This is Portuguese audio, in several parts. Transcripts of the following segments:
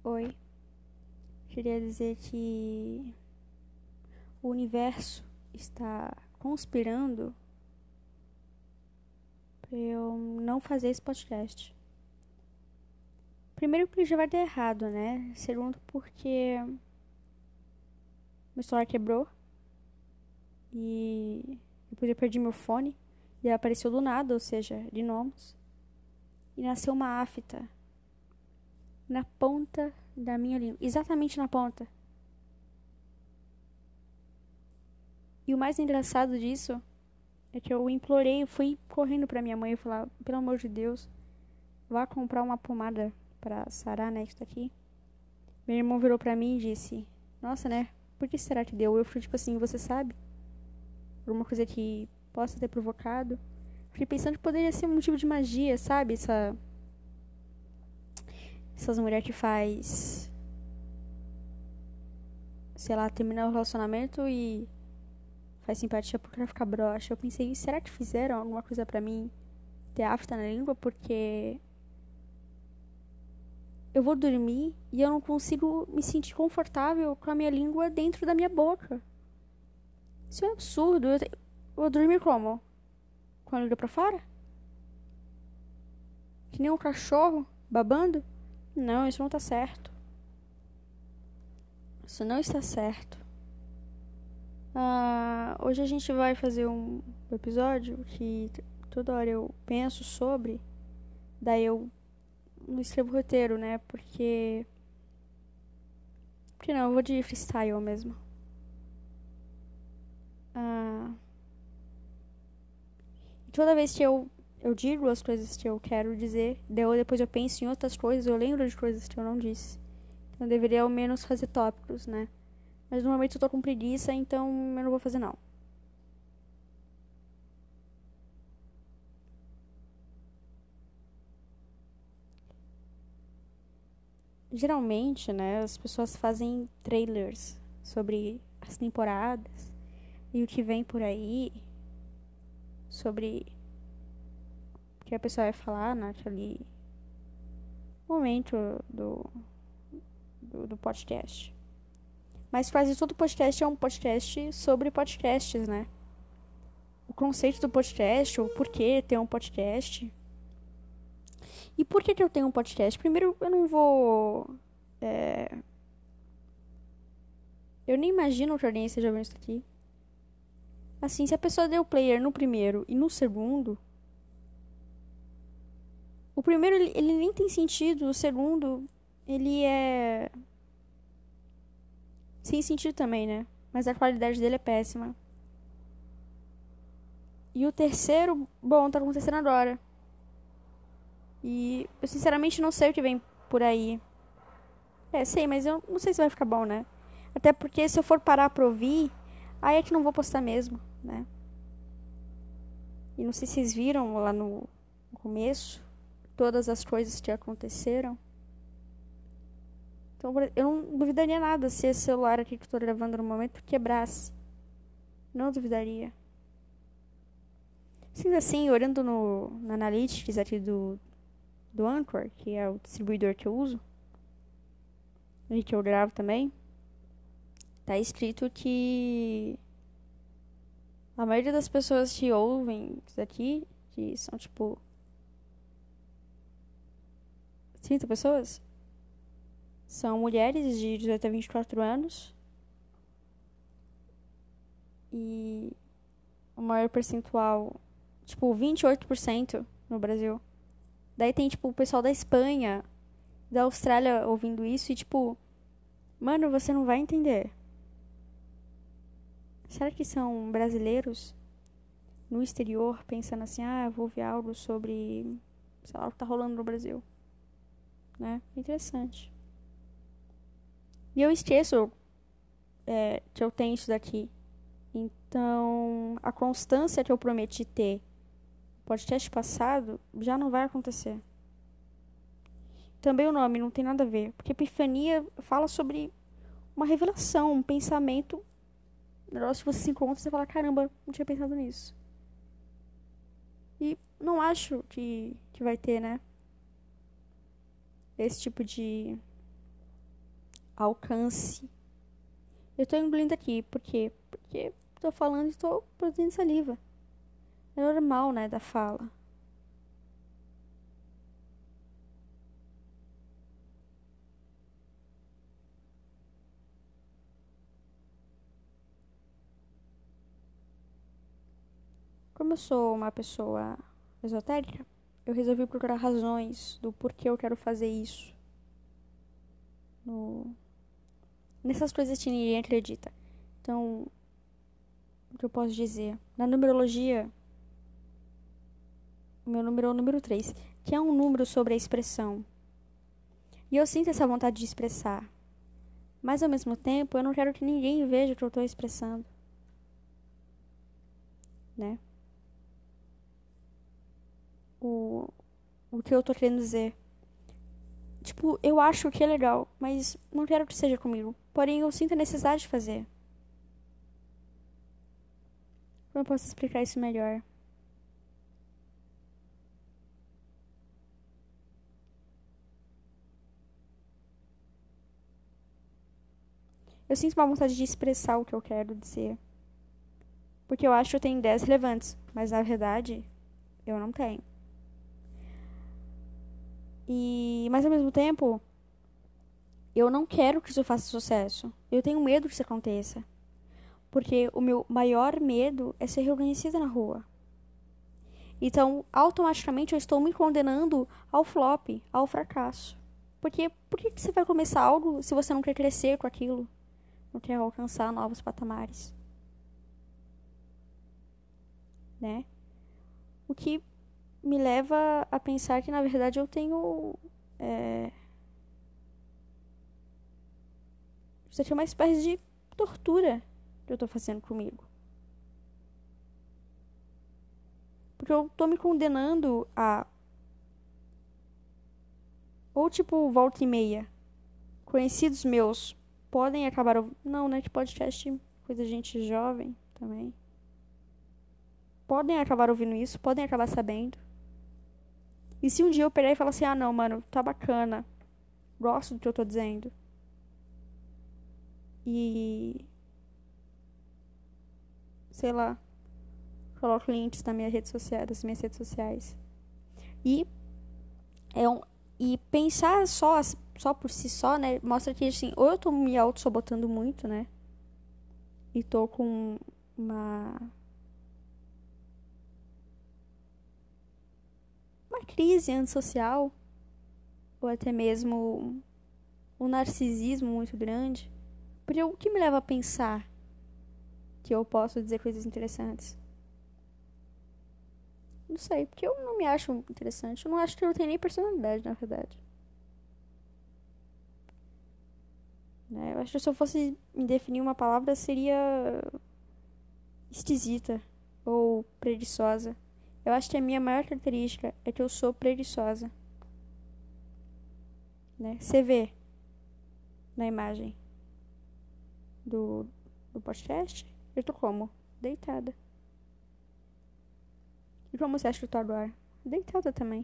Oi, queria dizer que o universo está conspirando para eu não fazer esse podcast. Primeiro porque já vai dar errado, né? Segundo porque meu celular quebrou e depois eu perdi meu fone e ele apareceu do nada, ou seja, de gnomos. E nasceu uma afta na ponta da minha língua, exatamente na ponta. E o mais engraçado disso é que eu implorei, eu fui correndo pra minha mãe e falar, pelo amor de Deus, vá comprar uma pomada pra sarar, né, isso daqui. Meu irmão virou pra mim e disse, nossa, né, por que será que deu? Eu fui tipo assim, você sabe? Alguma coisa que possa ter provocado. Fiquei pensando que poderia ser um motivo de magia, sabe? Essas mulheres que faz, sei lá, terminar o relacionamento e faz simpatia porque vai ficar broxa. Eu pensei, será que fizeram alguma coisa pra mim ter afta na língua? Porque eu vou dormir e eu não consigo me sentir confortável com a minha língua dentro da minha boca. Isso é absurdo. Eu vou dormir como? Com a língua pra fora? Que nem um cachorro babando? Não, isso não tá certo. Isso não está certo. Hoje a gente vai fazer um episódio que toda hora eu penso sobre. Daí eu não escrevo roteiro, né? Porque não, eu vou de freestyle mesmo. Toda vez que eu digo as coisas que eu quero dizer, depois eu penso em outras coisas, eu lembro de coisas que eu não disse. Então eu deveria ao menos fazer tópicos, né? Mas no momento eu tô com preguiça, então eu não vou fazer não. Geralmente, né, as pessoas fazem trailers sobre as temporadas e o que vem por aí, sobre o que a pessoa vai falar naquele momento do podcast. Mas quase todo podcast é um podcast sobre podcasts, né? O conceito do podcast, o porquê ter um podcast. E por que eu tenho um podcast? Primeiro, eu não vou... Eu nem imagino que alguém esteja vendo isso aqui. Assim, se a pessoa deu player no primeiro e no segundo... O primeiro, ele nem tem sentido. O segundo, ele é... sem sentido também, né? Mas a qualidade dele é péssima. E o terceiro, bom, tá acontecendo agora. E eu sinceramente não sei o que vem por aí. Sei, mas eu não sei se vai ficar bom, né? Até porque se eu for parar pra ouvir, aí é que não vou postar mesmo, né? E não sei se vocês viram lá no começo todas as coisas que aconteceram. Então eu não duvidaria nada se esse celular aqui que eu tô gravando no momento quebrasse. Não duvidaria. Sendo assim, olhando no Analytics aqui do Anchor, que é o distribuidor que eu uso, e que eu gravo também, tá escrito que a maioria das pessoas que ouvem isso daqui, que são tipo 30 pessoas, são mulheres de 18 a 24 anos. E o maior percentual, tipo 28% no Brasil. Daí tem tipo o pessoal da Espanha, da Austrália ouvindo isso e tipo, mano, você não vai entender. Será que são brasileiros no exterior pensando assim, eu vou ouvir algo sobre, sei lá, o que tá rolando no Brasil, né? Interessante. E eu esqueço que eu tenho isso daqui. Então, a constância que eu prometi ter no podcast passado já não vai acontecer. Também o nome não tem nada a ver, porque Epifania fala sobre uma revelação, um pensamento. Um negócio que você se encontra e você fala, caramba, não tinha pensado nisso. E não acho que vai ter, né? Esse tipo de alcance. Eu tô engolindo aqui, por quê? Porque tô falando e tô produzindo saliva. É normal, né, da fala. Como eu sou uma pessoa esotérica, eu resolvi procurar razões do porquê eu quero fazer isso. Nessas coisas que ninguém acredita. Então, o que eu posso dizer? Na numerologia, o meu número é o número 3, que é um número sobre a expressão. E eu sinto essa vontade de expressar. Mas, ao mesmo tempo, eu não quero que ninguém veja o que eu estou expressando. Né? O que eu tô querendo dizer. Tipo, eu acho que é legal, mas não quero que seja comigo. Porém, eu sinto a necessidade de fazer. Como eu posso explicar isso melhor? Eu sinto uma vontade de expressar o que eu quero dizer. Porque eu acho que eu tenho ideias relevantes, mas na verdade, eu não tenho. Mas ao mesmo tempo, eu não quero que isso faça sucesso. Eu tenho medo que isso aconteça. Porque o meu maior medo é ser reconhecida na rua. Então, automaticamente eu estou me condenando ao flop, ao fracasso. Porque por que você vai começar algo se você não quer crescer com aquilo? Não quer alcançar novos patamares? Né? O que me leva a pensar que, na verdade, eu tenho... Isso aqui é uma espécie de tortura que eu tô fazendo comigo. Porque eu tô me condenando a... Ou, tipo, volta e meia. Conhecidos meus podem acabar... Não, né? De podcast, coisa de gente jovem também. Podem acabar ouvindo isso, podem acabar sabendo. E se um dia eu pegar e falar assim, ah, não, mano, tá bacana. Gosto do que eu tô dizendo. E... sei lá. Coloco links nas minhas redes sociais, das minhas redes sociais. E pensar só por si só, né, mostra que, assim, ou eu tô me auto-sabotando muito, né, e tô com uma crise antissocial, ou até mesmo um narcisismo muito grande. Porque o que me leva a pensar que eu posso dizer coisas interessantes? Não sei, porque eu não me acho interessante. Eu não acho que eu tenho nem personalidade, na verdade. Né? Eu acho que se eu fosse me definir uma palavra, seria esquisita ou preguiçosa. Eu acho que a minha maior característica é que eu sou preguiçosa. Né? Você vê na imagem do podcast, eu tô como? Deitada. E como você acha que eu tô agora? Deitada também.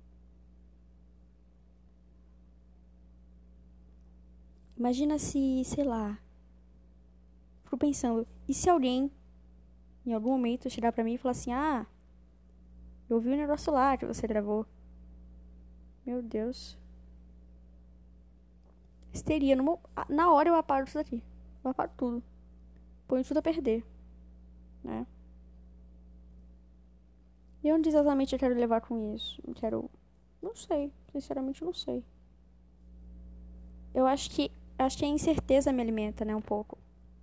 Imagina se, sei lá, fico pensando, e se alguém em algum momento chegar pra mim e falar assim, ah, eu vi o negócio lá que você gravou. Meu Deus. Histeria. Na hora eu apago isso daqui. Eu apago tudo. Ponho tudo a perder. Né? E onde exatamente eu quero levar com isso? Eu quero... Não sei. Sinceramente, não sei. Eu acho que a incerteza me alimenta, né? Um pouco.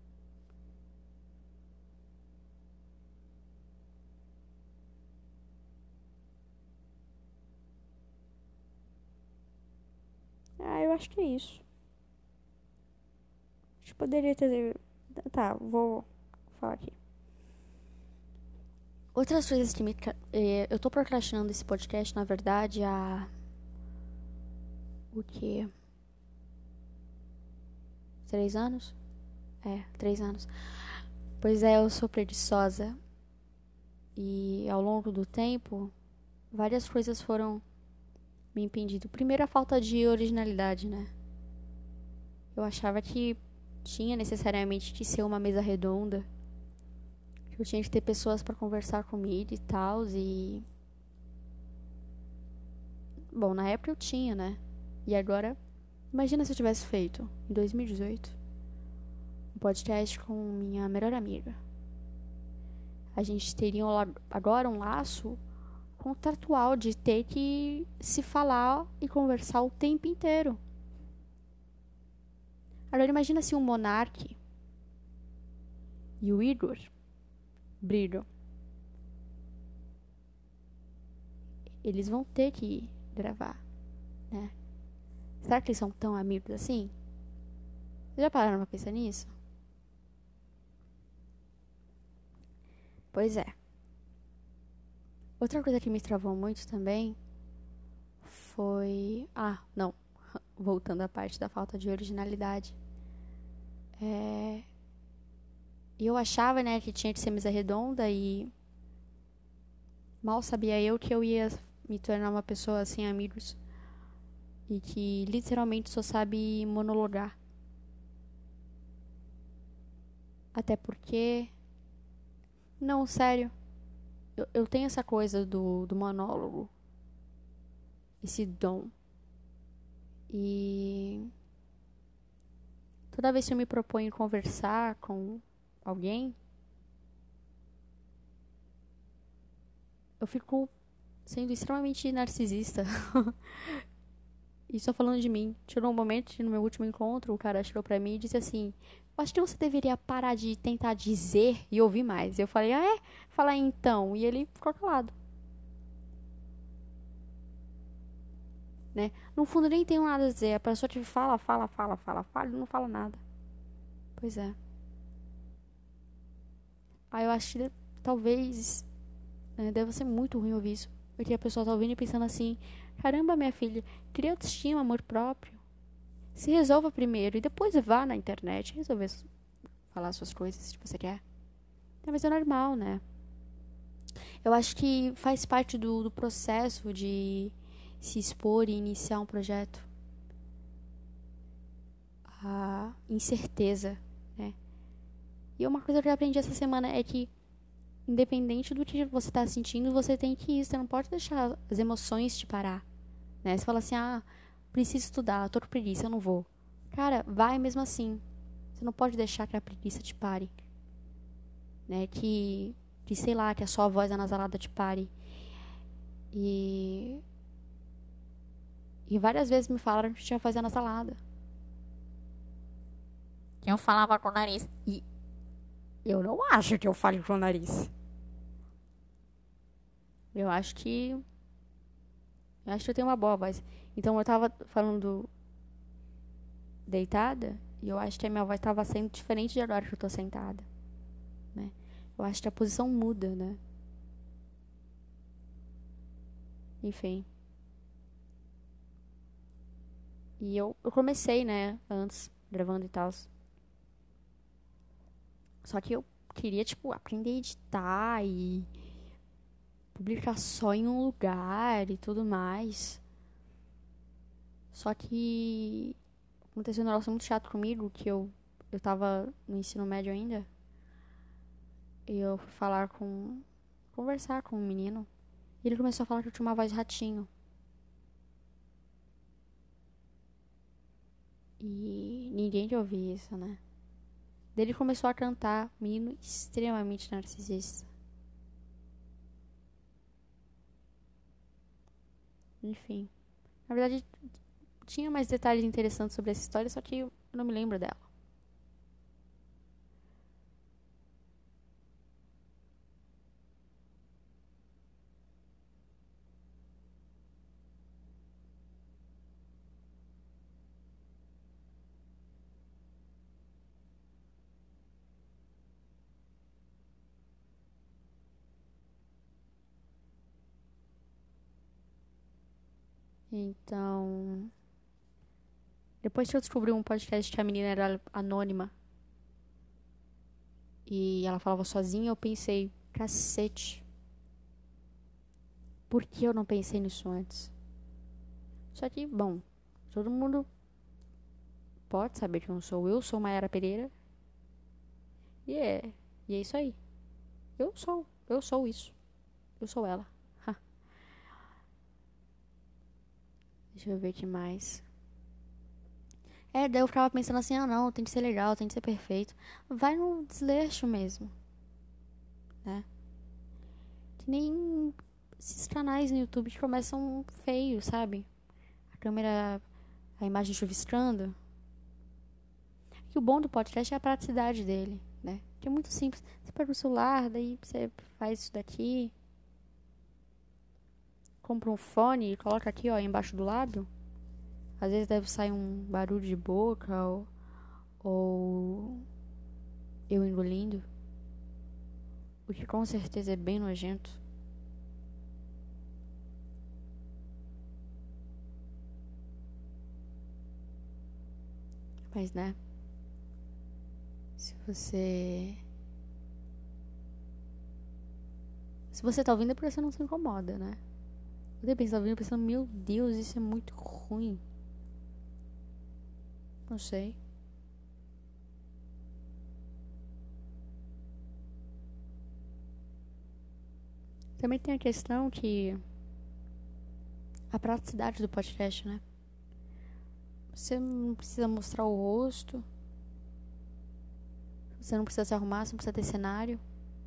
Ah, eu acho que é isso. Acho que poderia ter... Tá, vou falar aqui. Outras coisas que me... eu tô procrastinando esse podcast, na verdade, há... O quê? 3 anos? 3 anos. Pois é, eu sou preguiçosa. E ao longo do tempo, várias coisas foram me impedindo. Primeiro, a falta de originalidade, né? Eu achava que tinha necessariamente que ser uma mesa redonda. Que eu tinha que ter pessoas pra conversar comigo e tal. E... Bom, na época eu tinha, né? E agora, imagina se eu tivesse feito, em 2018, um podcast com minha melhor amiga. A gente teria agora um laço contratual de ter que se falar e conversar o tempo inteiro. Agora imagina se o Monark e o Igor brigam. Eles vão ter que gravar, né? Será que eles são tão amigos assim? Vocês já pararam pra pensar nisso? Pois é. Outra coisa que me travou muito também foi... Ah, não. Voltando à parte da falta de originalidade. Eu achava, né, que tinha que ser mesa redonda e... Mal sabia eu que eu ia me tornar uma pessoa sem amigos. E que literalmente só sabe monologar. Até porque... Não, sério. Eu tenho essa coisa do monólogo. Esse dom. E... Toda vez que eu me proponho conversar com alguém, eu fico sendo extremamente narcisista. E só falando de mim. Chegou um momento que no meu último encontro, o cara chegou pra mim e disse assim: eu acho que você deveria parar de tentar dizer e ouvir mais. Eu falei: ah, é? Fala aí, então. E ele ficou calado. Né? No fundo, nem tenho nada a dizer. A pessoa te fala e não fala nada. Pois é. Aí eu acho que talvez deve ser muito ruim ouvir isso. Porque a pessoa tá ouvindo e pensando assim: caramba, minha filha, cria autoestima, amor próprio. Se resolva primeiro e depois vá na internet resolver falar suas coisas que você quer. Mas é normal, né? Eu acho que faz parte do processo de se expor e iniciar um projeto. A incerteza, né? E uma coisa que eu aprendi essa semana é que, independente do que você tá sentindo, você tem que ir. Você não pode deixar as emoções te parar, né? Você fala assim: ah, preciso estudar, tô com preguiça, eu não vou. Cara, vai mesmo assim. Você não pode deixar que a preguiça te pare, né? Que sei lá, que a sua voz anasalada te pare. E várias vezes me falaram que tinha voz anasalada. Que eu falava com o nariz. E eu não acho que eu fale com o nariz. Eu acho que eu tenho uma boa voz. Então eu tava falando deitada e eu acho que a minha voz tava sendo diferente de agora que eu tô sentada, né? Eu acho que a posição muda, né? Enfim. E eu comecei, né, antes, gravando e tal. Só que eu queria, tipo, aprender a editar e publicar só em um lugar e tudo mais. Só que aconteceu um negócio muito chato comigo, que eu tava no ensino médio ainda. E eu fui conversar com um menino. E ele começou a falar que eu tinha uma voz de ratinho. E ninguém quer ouvir isso, né? Daí ele começou a cantar, menino extremamente narcisista. Enfim. Na verdade, tinha mais detalhes interessantes sobre essa história, só que eu não me lembro dela. Então, depois que eu descobri um podcast que a menina era anônima e ela falava sozinha, eu pensei, cacete, por que eu não pensei nisso antes? Só que, bom, todo mundo pode saber quem eu sou. Eu sou Mayara Pereira. E é isso aí. Eu sou isso. Eu sou ela. Deixa eu ver o que mais. Daí eu ficava pensando assim, não, tem que ser legal, tem que ser perfeito. Vai no desleixo mesmo, né? Que nem esses canais no YouTube que começam feio, sabe? A câmera, a imagem chuviscando. E o bom do podcast é a praticidade dele, né? Que é muito simples. Você pega o celular, daí você faz isso daqui. Compra um fone e coloca aqui, ó, embaixo do lado. Às vezes deve sair um barulho de boca ou eu engolindo. O que com certeza é bem nojento. Mas, né? Se você tá ouvindo é porque você não se incomoda, né? Eu depois tá ouvindo pensando, meu Deus, isso é muito ruim. Não sei. Também tem a questão que a praticidade do podcast, né? Você não precisa mostrar o rosto. Você não precisa se arrumar, você não precisa ter cenário.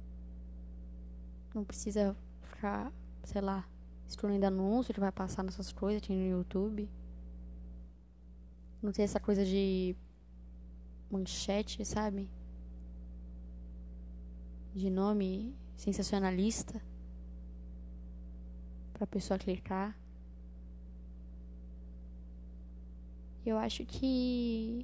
Não precisa ficar, sei lá, escolhendo anúncio que vai passar nessas coisas aqui no YouTube. Não tem essa coisa de manchete, sabe? De nome sensacionalista pra pessoa clicar. Eu acho que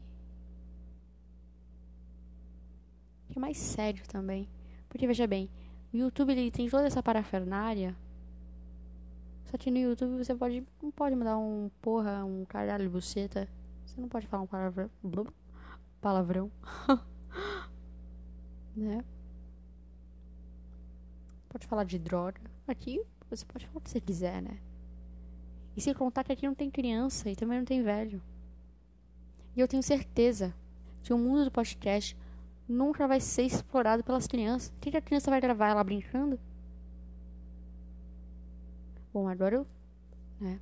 é mais sério também. Porque, veja bem, o YouTube ele tem toda essa parafernália. Só que no YouTube você não pode mandar um porra, um caralho, buceta. Você não pode falar um palavrão. Né? Pode falar de droga. Aqui você pode falar o que você quiser, né? E sem contar que aqui não tem criança e também não tem velho. E eu tenho certeza que o mundo do podcast nunca vai ser explorado pelas crianças. O que a criança vai gravar? Ela brincando? Bom, agora eu... né?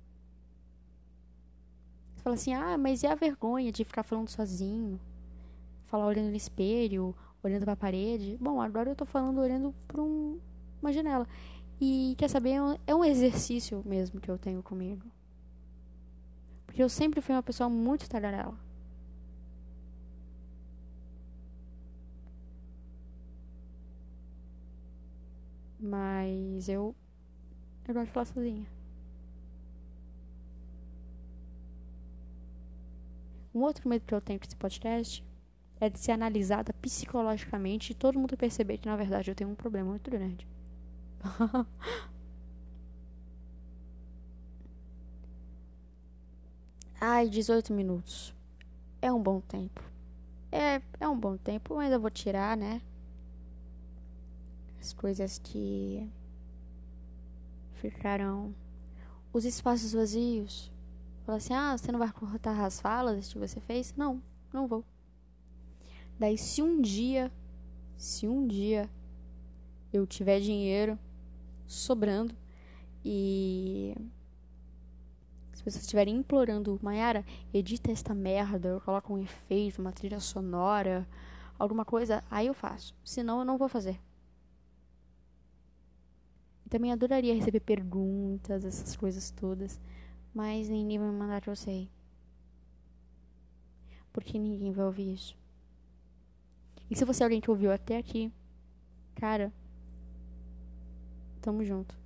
Você fala assim, mas e a vergonha de ficar falando sozinho? Falar olhando no espelho, olhando pra parede? Bom, agora eu tô falando olhando pra uma janela. E, quer saber, é um exercício mesmo que eu tenho comigo. Porque eu sempre fui uma pessoa muito tagarela. Mas eu gosto de falar sozinha. Um outro medo que eu tenho com esse podcast é de ser analisada psicologicamente e todo mundo perceber que, na verdade, eu tenho um problema muito grande. Ai, 18 minutos. É um bom tempo. É um bom tempo, mas eu vou tirar, né? As coisas que ficaram... Os espaços vazios. Fala assim, você não vai cortar as falas que você fez? Não, não vou. Daí se um dia eu tiver dinheiro sobrando e as pessoas estiverem implorando, Mayara, edita esta merda, coloca um efeito, uma trilha sonora, alguma coisa, aí eu faço. Senão eu não vou fazer. E também adoraria receber perguntas, essas coisas todas, mas ninguém vai me mandar que eu sei. Porque ninguém vai ouvir isso. E se você é alguém que ouviu até aqui, cara, tamo junto.